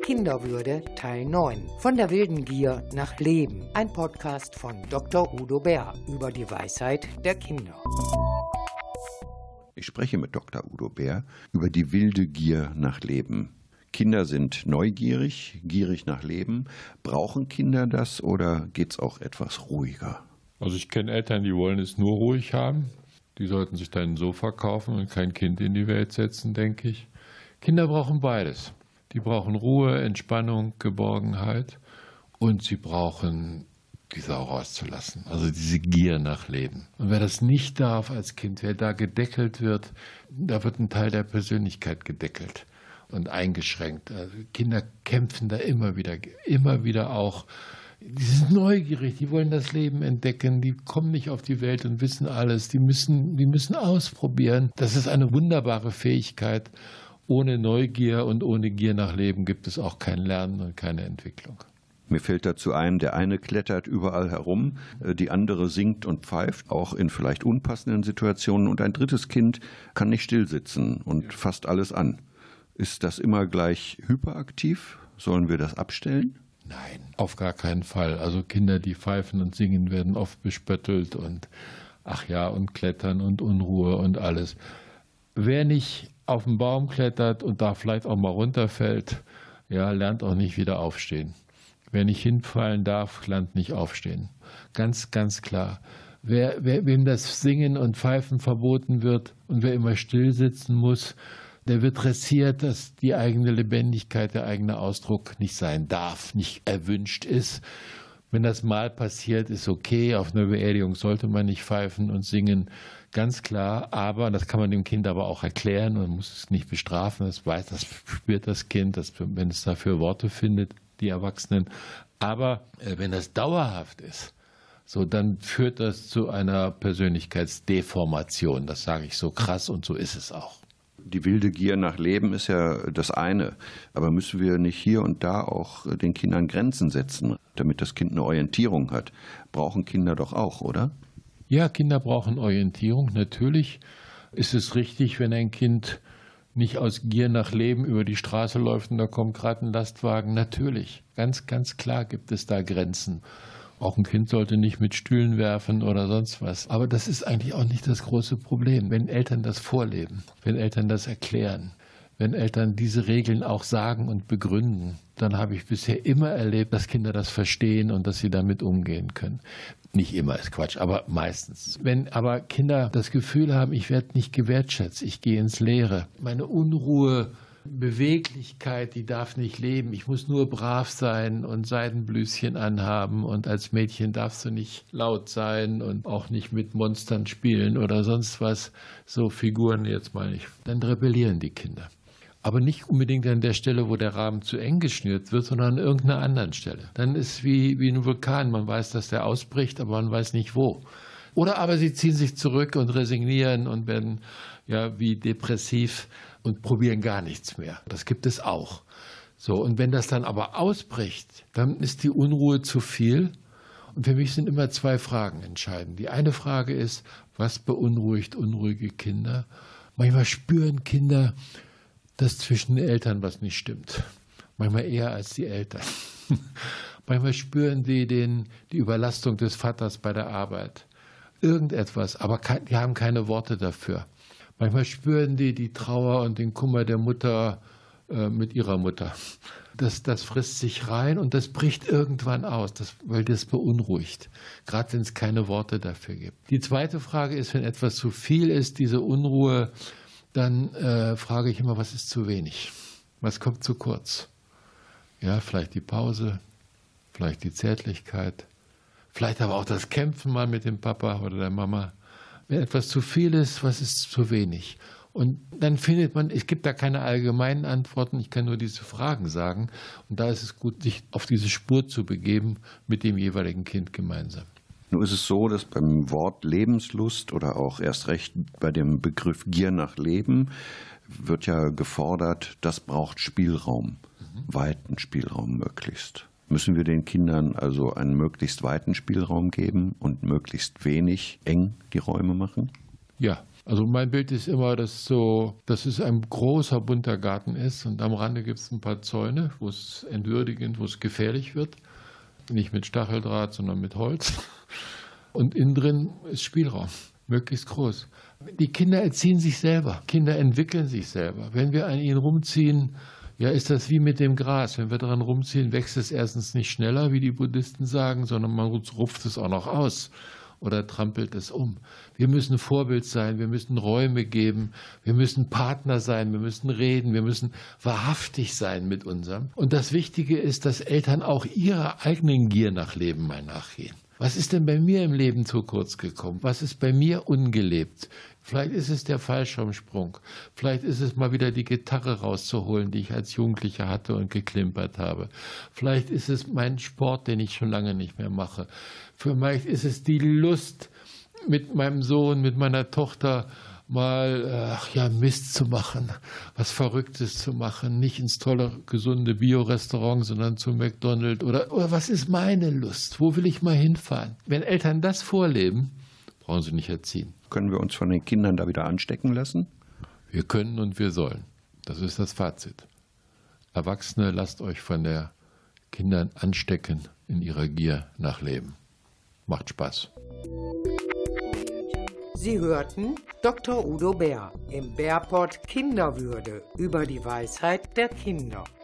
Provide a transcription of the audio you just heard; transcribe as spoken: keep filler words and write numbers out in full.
Kinderwürde Teil neun. Von der wilden Gier nach Leben. Ein Podcast von Doktor Udo Bär über die Weisheit der Kinder. Ich spreche mit Doktor Udo Bär über die wilde Gier nach Leben. Kinder sind neugierig, gierig nach Leben. Brauchen Kinder das oder geht's auch etwas ruhiger? Also ich kenne Eltern, die wollen es nur ruhig haben. Die sollten sich dann ein Sofa kaufen und kein Kind in die Welt setzen, denke ich. Kinder brauchen beides. Die brauchen Ruhe, Entspannung, Geborgenheit und sie brauchen die Sau rauszulassen, also diese Gier nach Leben. Und wer das nicht darf als Kind, wer da gedeckelt wird, da wird ein Teil der Persönlichkeit gedeckelt und eingeschränkt. Also Kinder kämpfen da immer wieder, immer wieder auch. Die sind neugierig, die wollen das Leben entdecken, die kommen nicht auf die Welt und wissen alles, die müssen, die müssen ausprobieren. Das ist eine wunderbare Fähigkeit. Ohne Neugier und ohne Gier nach Leben gibt es auch kein Lernen und keine Entwicklung. Mir fällt dazu ein, der eine klettert überall herum, die andere singt und pfeift, auch in vielleicht unpassenden Situationen. Und ein drittes Kind kann nicht stillsitzen und fasst alles an. Ist das immer gleich hyperaktiv? Sollen wir das abstellen? Nein, auf gar keinen Fall. Also Kinder, die pfeifen und singen, werden oft bespöttelt und ach ja, und klettern und Unruhe und alles. Wer nicht auf den Baum klettert und da vielleicht auch mal runterfällt, ja, lernt auch nicht wieder aufstehen. Wer nicht hinfallen darf, lernt nicht aufstehen. Ganz, ganz klar. Wer, wer, wem das Singen und Pfeifen verboten wird und wer immer still sitzen muss, der wird dressiert, dass die eigene Lebendigkeit, der eigene Ausdruck nicht sein darf, nicht erwünscht ist. Wenn das mal passiert, ist okay. Auf einer Beerdigung sollte man nicht pfeifen und singen, ganz klar. Aber, das kann man dem Kind aber auch erklären, man muss es nicht bestrafen. Das weiß, das spürt das Kind, dass, wenn es dafür Worte findet, die Erwachsenen. Aber äh, wenn das dauerhaft ist, so, dann führt das zu einer Persönlichkeitsdeformation. Das sage ich so krass und so ist es auch. Die wilde Gier nach Leben ist ja das eine. Aber müssen wir nicht hier und da auch den Kindern Grenzen setzen, damit das Kind eine Orientierung hat? Brauchen Kinder doch auch, oder? Ja, Kinder brauchen Orientierung. Natürlich ist es richtig, wenn ein Kind nicht aus Gier nach Leben über die Straße läuft und da kommt gerade ein Lastwagen. Natürlich, ganz, ganz klar gibt es da Grenzen. Auch ein Kind sollte nicht mit Stühlen werfen oder sonst was. Aber das ist eigentlich auch nicht das große Problem, wenn Eltern das vorleben, wenn Eltern das erklären, wenn Eltern diese Regeln auch sagen und begründen. Dann habe ich bisher immer erlebt, dass Kinder das verstehen und dass sie damit umgehen können. Nicht immer ist Quatsch, aber meistens. Wenn aber Kinder das Gefühl haben, ich werde nicht gewertschätzt, ich gehe ins Leere, meine Unruhe, Beweglichkeit, die darf nicht leben. Ich muss nur brav sein und Seidenblüschen anhaben und als Mädchen darfst du nicht laut sein und auch nicht mit Monstern spielen oder sonst was. So Figuren jetzt mal nicht. Dann rebellieren die Kinder. Aber nicht unbedingt an der Stelle, wo der Rahmen zu eng geschnürt wird, sondern an irgendeiner anderen Stelle. Dann ist es wie, wie ein Vulkan. Man weiß, dass der ausbricht, aber man weiß nicht wo. Oder aber sie ziehen sich zurück und resignieren und werden ja wie depressiv und probieren gar nichts mehr. Das gibt es auch. So, und wenn das dann aber ausbricht, dann ist die Unruhe zu viel. Und für mich sind immer zwei Fragen entscheidend. Die eine Frage ist, was beunruhigt unruhige Kinder? Manchmal spüren Kinder, dass zwischen den Eltern was nicht stimmt. Manchmal eher als die Eltern. Manchmal spüren sie den, die Überlastung des Vaters bei der Arbeit. Irgendetwas, aber die haben keine Worte dafür. Manchmal spüren die die Trauer und den Kummer der Mutter äh, mit ihrer Mutter. Das, das frisst sich rein und das bricht irgendwann aus, das, weil das beunruhigt, gerade wenn es keine Worte dafür gibt. Die zweite Frage ist, wenn etwas zu viel ist, diese Unruhe, dann äh, frage ich immer, was ist zu wenig? Was kommt zu kurz? Ja, vielleicht die Pause, vielleicht die Zärtlichkeit, vielleicht aber auch das Kämpfen mal mit dem Papa oder der Mama. Wenn etwas zu viel ist, was ist zu wenig? Und dann findet man, es gibt da keine allgemeinen Antworten, ich kann nur diese Fragen sagen. Und da ist es gut, sich auf diese Spur zu begeben mit dem jeweiligen Kind gemeinsam. Nun ist es so, dass beim Wort Lebenslust oder auch erst recht bei dem Begriff Gier nach Leben wird ja gefordert, das braucht Spielraum, mhm. weiten Spielraum möglichst. Müssen wir den Kindern also einen möglichst weiten Spielraum geben und möglichst wenig eng die Räume machen? Ja, Also mein Bild ist immer, dass, so, dass es ein großer, bunter Garten ist und am Rande gibt es ein paar Zäune, wo es entwürdigend, wo es gefährlich wird. Nicht mit Stacheldraht, sondern mit Holz. Und innen drin ist Spielraum, möglichst groß. Die Kinder erziehen sich selber, Kinder entwickeln sich selber. Wenn wir an ihnen rumziehen, ja, ist das wie mit dem Gras. Wenn wir daran rumziehen, wächst es erstens nicht schneller, wie die Buddhisten sagen, sondern man rupft es auch noch aus oder trampelt es um. Wir müssen Vorbild sein, wir müssen Räume geben, wir müssen Partner sein, wir müssen reden, wir müssen wahrhaftig sein mit unserem. Und das Wichtige ist, dass Eltern auch ihrer eigenen Gier nach Leben mal nachgehen. Was ist denn bei mir im Leben zu kurz gekommen? Was ist bei mir ungelebt? Vielleicht ist es der Fallschirmsprung. Vielleicht ist es mal wieder die Gitarre rauszuholen, die ich als Jugendlicher hatte und geklimpert habe. Vielleicht ist es mein Sport, den ich schon lange nicht mehr mache. Vielleicht ist es die Lust, mit meinem Sohn, mit meiner Tochter mal ach ja, Mist zu machen, was Verrücktes zu machen, nicht ins tolle, gesunde Bio-Restaurant, sondern zu McDonald's oder, oder was ist meine Lust, wo will ich mal hinfahren? Wenn Eltern das vorleben, brauchen sie nicht erziehen. Können wir uns von den Kindern da wieder anstecken lassen? Wir können und wir sollen. Das ist das Fazit. Erwachsene, lasst euch von den Kindern anstecken in ihrer Gier nach Leben. Macht Spaß. Sie hörten Doktor Udo Bär im BärPod Kinderwürde über die Weisheit der Kinder.